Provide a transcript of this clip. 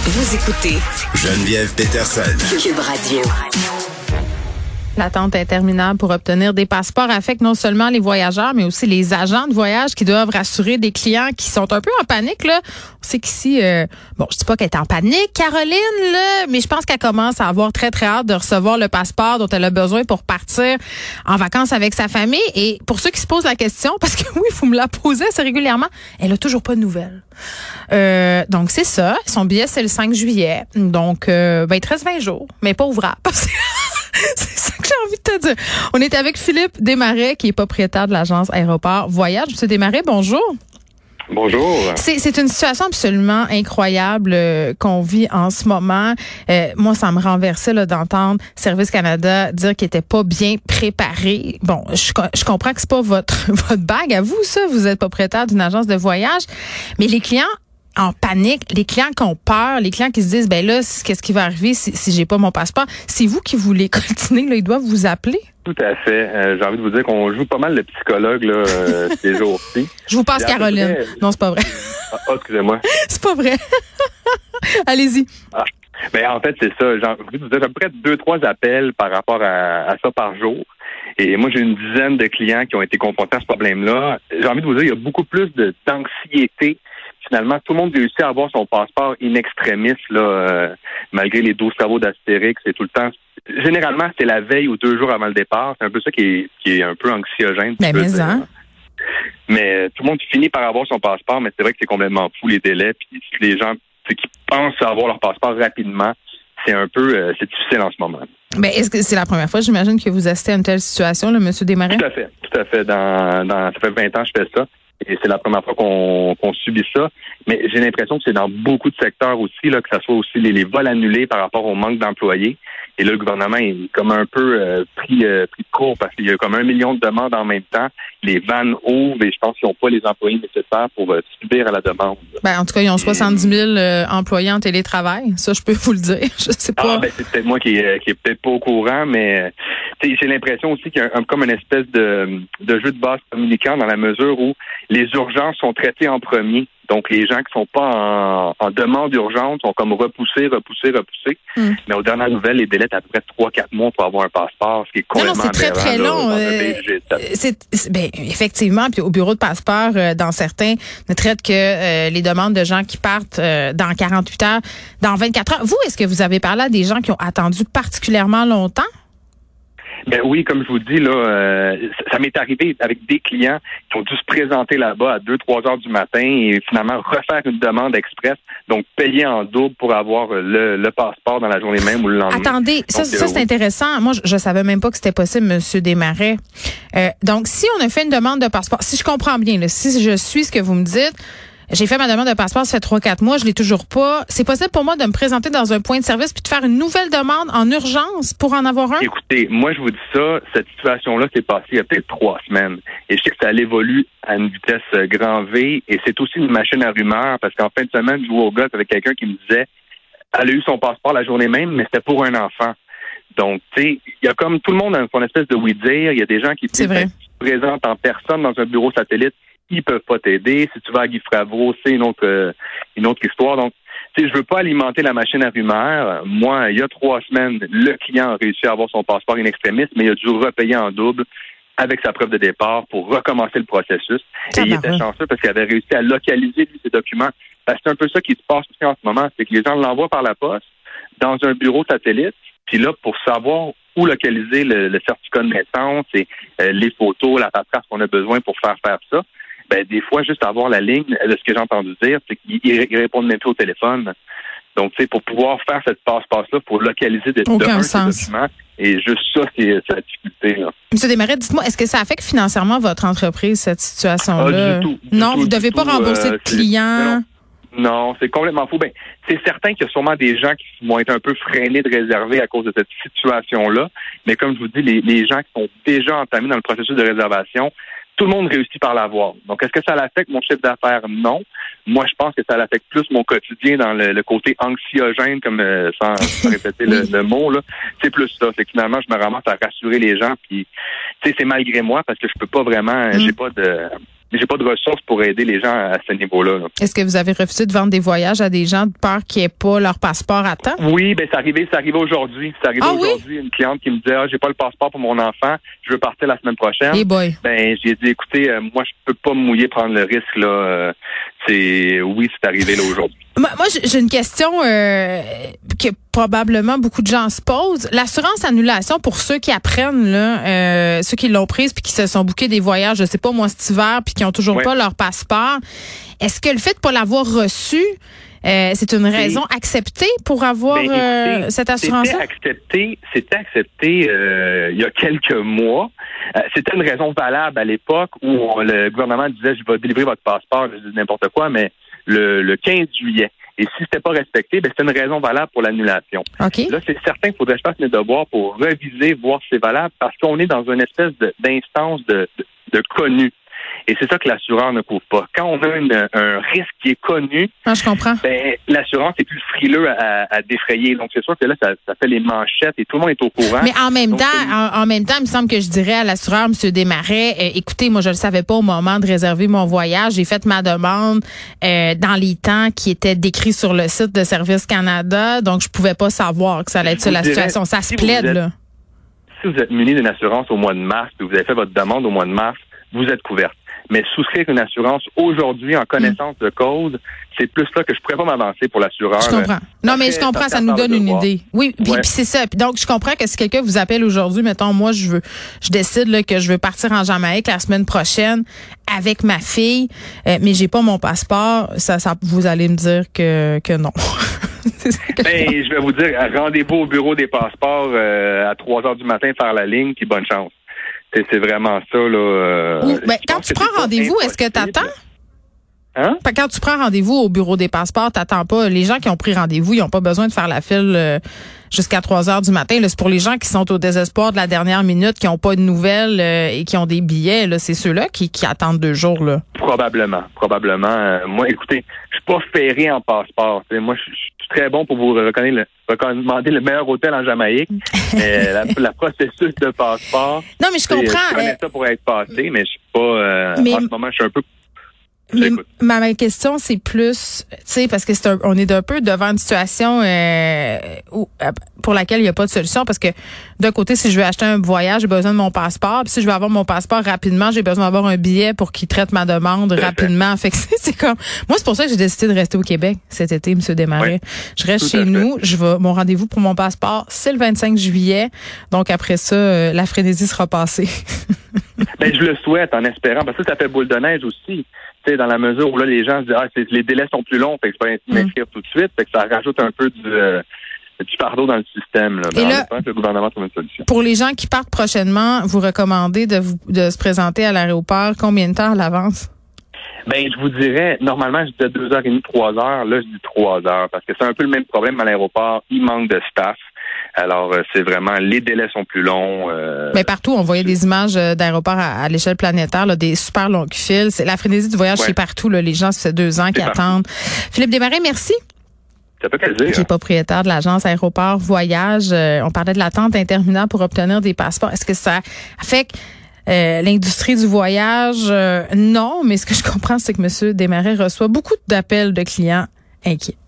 Vous écoutez Geneviève Peterson. Cube Radio. L'attente interminable pour obtenir des passeports affecte non seulement les voyageurs, mais aussi les agents de voyage qui doivent rassurer des clients qui sont un peu en panique, là. On sait qu'ici, je dis pas qu'elle est en panique, Caroline, là, mais je pense qu'elle commence à avoir très, très hâte de recevoir le passeport dont elle a besoin pour partir en vacances avec sa famille. Et pour ceux qui se posent la question, parce que oui, vous me la posez assez régulièrement, elle a toujours pas de nouvelles. Donc, c'est ça. Son billet, c'est le 5 juillet. Donc, il te reste 20 jours, mais pas ouvrable. C'est ça que j'ai envie de te dire. On est avec Philippe Desmarais, qui est propriétaire de l'agence Aéroport Voyage. Monsieur Desmarais, bonjour. Bonjour. C'est une situation absolument incroyable qu'on vit en ce moment. Moi, ça me renversait là, d'entendre Service Canada dire qu'il était pas bien préparé. Bon, je comprends que c'est pas votre bague à vous, ça. Vous êtes propriétaire d'une agence de voyage. Mais les clients en panique, les clients qui ont peur, les clients qui se disent, ben là, qu'est-ce qui va arriver si j'ai pas mon passeport? C'est vous qui voulez coltiner, là, ils doivent vous appeler? Tout à fait. J'ai envie de vous dire qu'on joue pas mal de psychologue là, ces jours-ci. Je vous passe Caroline. Non, c'est pas vrai. Excusez-moi. C'est pas vrai. Allez-y. Ben, en fait, c'est ça. J'ai envie de vous dire, j'ai à peu près 2-3 appels par rapport à ça par jour. Et moi, j'ai une dizaine de clients qui ont été confrontés à ce problème-là. J'ai envie de vous dire, il y a beaucoup plus d'anxiété. Finalement, tout le monde réussit à avoir son passeport in extremis, là, malgré les 12 travaux d'Astérix et tout le temps. Généralement, c'est la veille ou 2 jours avant le départ. C'est un peu ça qui est un peu anxiogène. Mais tout le monde finit par avoir son passeport, mais c'est vrai que c'est complètement fou les délais. Puis les gens qui pensent avoir leur passeport rapidement, c'est un peu c'est difficile en ce moment. Ben, est-ce que c'est la première fois, j'imagine, que vous assistez à une telle situation, là, M. Desmarais? Tout à fait. Ça fait 20 ans que je fais ça. Et c'est la première fois qu'on subit ça. Mais j'ai l'impression que c'est dans beaucoup de secteurs aussi, là, que ça soit aussi les vols annulés par rapport au manque d'employés. Et là, le gouvernement est comme un peu pris de court parce qu'il y a comme 1 million de demandes en même temps. Les vannes ouvrent et je pense qu'ils n'ont pas les employés nécessaires pour subir à la demande. Ben, en tout cas, ils ont 70 000 employés en télétravail. Ça, je peux vous le dire. Je sais pas. C'est peut-être moi qui est peut-être pas au courant, mais j'ai l'impression aussi qu'il y a comme une espèce de jeu de base communicant dans la mesure où les urgences sont traitées en premier. Donc, les gens qui sont pas en demande urgente sont comme repoussés. Mais aux dernières nouvelles, les délais, à peu près 3-4 mois pour avoir un passeport, ce qui est complètement Non, c'est très, très long. Effectivement, puis au bureau de passeport, dans certains, ne traitent que les demandes de gens qui partent dans 48 heures, dans 24 heures. Vous, est-ce que vous avez parlé à des gens qui ont attendu particulièrement longtemps? Ben oui, comme je vous dis, là, ça m'est arrivé avec des clients qui ont dû se présenter là-bas à 2-3 heures du matin et finalement refaire une demande express, donc payer en double pour avoir le passeport dans la journée même ou le lendemain. Attendez, donc, ça c'est intéressant. Moi, je savais même pas que c'était possible, M. Desmarais. Donc, si on a fait une demande de passeport, si je comprends bien, là, si je suis ce que vous me dites, j'ai fait ma demande de passeport, ça fait 3-4 mois, je l'ai toujours pas. C'est possible pour moi de me présenter dans un point de service puis de faire une nouvelle demande en urgence pour en avoir un? Écoutez, moi, je vous dis ça, cette situation-là s'est passée il y a peut-être 3 semaines. Et je sais que ça évolue à une vitesse grand V. Et c'est aussi une machine à rumeurs parce qu'en fin de semaine, je jouais au golf avec quelqu'un qui me disait elle a eu son passeport la journée même, mais c'était pour un enfant. Donc, tu sais, il y a comme tout le monde a son espèce de oui-dire. Il y a des gens qui se présentent en personne dans un bureau satellite. Ils peuvent pas t'aider. Si tu vas à Guy Favreau, c'est une autre histoire. Donc, tu sais, je veux pas alimenter la machine à rumeurs. Moi, il y a 3 semaines, le client a réussi à avoir son passeport in extremis, mais il a dû repayer en double avec sa preuve de départ pour recommencer le processus. Et il était chanceux parce qu'il avait réussi à localiser lui, ses documents. Parce que c'est un peu ça qui se passe aussi en ce moment, c'est que les gens l'envoient par la poste dans un bureau satellite. Puis là, pour savoir où localiser le certificat de naissance et les photos, la paperasse qu'on a besoin pour faire ça, ben des fois, juste avoir la ligne, de ce que j'ai entendu dire, c'est qu'ils répondent même plus au téléphone. Donc, tu sais, pour pouvoir faire cette passe-passe-là, pour localiser ces documents, et juste ça, c'est la difficulté, là. M. Desmarais, dites-moi, est-ce que ça affecte financièrement votre entreprise, cette situation-là? Du tout. Non, vous ne devez pas rembourser de clients? Non, c'est complètement fou. Ben, c'est certain qu'il y a sûrement des gens qui vont être un peu freinés de réserver à cause de cette situation-là. Mais comme je vous dis, les gens qui sont déjà entamés dans le processus de réservation, tout le monde réussit par l'avoir. Donc, est-ce que ça l'affecte mon chiffre d'affaires? Non. Moi, je pense que ça l'affecte plus mon quotidien dans le côté anxiogène, comme sans répéter le mot, là. C'est plus ça. C'est que finalement, je me ramasse à rassurer les gens. Puis, tu sais, c'est malgré moi parce que je peux pas vraiment, j'ai pas j'ai pas de ressources pour aider les gens à ce niveau-là. Là. Est-ce que vous avez refusé de vendre des voyages à des gens de peur qu'ils n'aient pas leur passeport à temps? Oui, c'est arrivé aujourd'hui. C'est arrivé aujourd'hui, une cliente qui me disait j'ai pas le passeport pour mon enfant, je veux partir la semaine prochaine. Hey boy. Ben j'ai dit écoutez, moi je peux pas me mouiller, prendre le risque là. C'est arrivé là aujourd'hui. Moi, j'ai une question que probablement beaucoup de gens se posent. L'assurance annulation pour ceux qui apprennent là, ceux qui l'ont prise puis qui se sont bookés des voyages, je sais pas moi cet hiver puis qui ont toujours pas leur passeport. Est-ce que le fait de pas l'avoir reçu, c'est une raison acceptée pour avoir cette assurance-là? C'était accepté il y a quelques mois. C'était une raison valable à l'époque où le gouvernement disait je vais délivrer votre passeport, je dis n'importe quoi, mais le 15 juillet. Et si c'était pas respecté, c'était une raison valable pour l'annulation. Okay. Là, c'est certain qu'il faudrait que je fasse mes devoirs pour reviser, voir si c'est valable, parce qu'on est dans une espèce d'instance de connu. Et c'est ça que l'assureur ne couvre pas. Quand on a un risque qui est connu, je comprends. L'assurance est plus frileux à défrayer. Donc, c'est sûr que là, ça fait les manchettes et tout le monde est au courant. Mais en même temps, il me semble que je dirais à l'assureur, M. Desmarais, écoutez, moi, je le savais pas au moment de réserver mon voyage. J'ai fait ma demande dans les temps qui étaient décrits sur le site de Service Canada. Donc, je pouvais pas savoir que ça allait être ça la situation. Ça se plaide, là. Si vous êtes muni d'une assurance au mois de mars, puis vous avez fait votre demande au mois de mars, vous êtes couverte. Mais souscrire une assurance aujourd'hui en connaissance de cause, c'est plus là que je pourrais pas m'avancer pour l'assureur. Je comprends. Non, mais je comprends, ça nous donne une idée. Oui, puis c'est ça. Donc, je comprends que si quelqu'un vous appelle aujourd'hui, mettons, moi, je décide là, que je veux partir en Jamaïque la semaine prochaine avec ma fille, mais j'ai pas mon passeport, ça vous allez me dire que non. Je vais vous dire, rendez-vous au bureau des passeports à 3h du matin, faire la ligne, puis bonne chance. C'est vraiment ça, là. Quand tu prends rendez-vous, est-ce que tu attends? Hein? Quand tu prends rendez-vous au bureau des passeports, t'attends pas. Les gens qui ont pris rendez-vous, ils n'ont pas besoin de faire la file jusqu'à 3h du matin. Là, c'est pour les gens qui sont au désespoir de la dernière minute, qui n'ont pas de nouvelles et qui ont des billets. Là, c'est ceux-là qui attendent 2 jours. Là. Probablement. Moi, écoutez, je suis pas ferré en passeport. Moi, je suis très bon pour vous recommander le meilleur hôtel en Jamaïque. la processus de passeport. Non, mais je comprends. Je connais ça pour être passé, mais je suis pas. En ce moment, je suis un peu. Mais ma question, c'est plus, tu sais, parce que on est un peu devant une situation pour laquelle il n'y a pas de solution, parce que d'un côté, si je veux acheter un voyage, j'ai besoin de mon passeport, puis si je veux avoir mon passeport rapidement, j'ai besoin d'avoir un billet pour qu'il traite ma demande rapidement. Fait que c'est comme, moi, c'est pour ça que j'ai décidé de rester au Québec cet été, M. Desmarais. Oui, je reste chez nous, mon rendez-vous pour mon passeport, c'est le 25 juillet, donc après ça, la frénésie sera passée. Je le souhaite en espérant, parce que ça fait boule de neige aussi. T'sais, dans la mesure où là les gens se disent les délais sont plus longs, fait que c'est pas m'inscrire tout de suite, fait que ça rajoute un peu du fardeau dans le système. Là. Mais en espérant que le gouvernement trouve une solution. Pour les gens qui partent prochainement, vous recommandez de se présenter à l'aéroport combien de temps à l'avance? Je vous dirais, normalement, je disais 2h30, 3h. Là, je dis 3h parce que c'est un peu le même problème à l'aéroport. Il manque de staff. Alors, c'est vraiment, les délais sont plus longs. Mais partout, on voyait des images d'aéroports à l'échelle planétaire, là, des super longues files. C'est la frénésie du voyage, c'est partout. Là, les gens, ça fait 2 ans qu'ils attendent. Philippe Desmarais, merci. Ça peut plaisir. Qui est propriétaire de l'agence Aéroport Voyage. On parlait de l'attente interminable pour obtenir des passeports. Est-ce que ça affecte l'industrie du voyage? Non, mais ce que je comprends, c'est que M. Desmarais reçoit beaucoup d'appels de clients inquiets.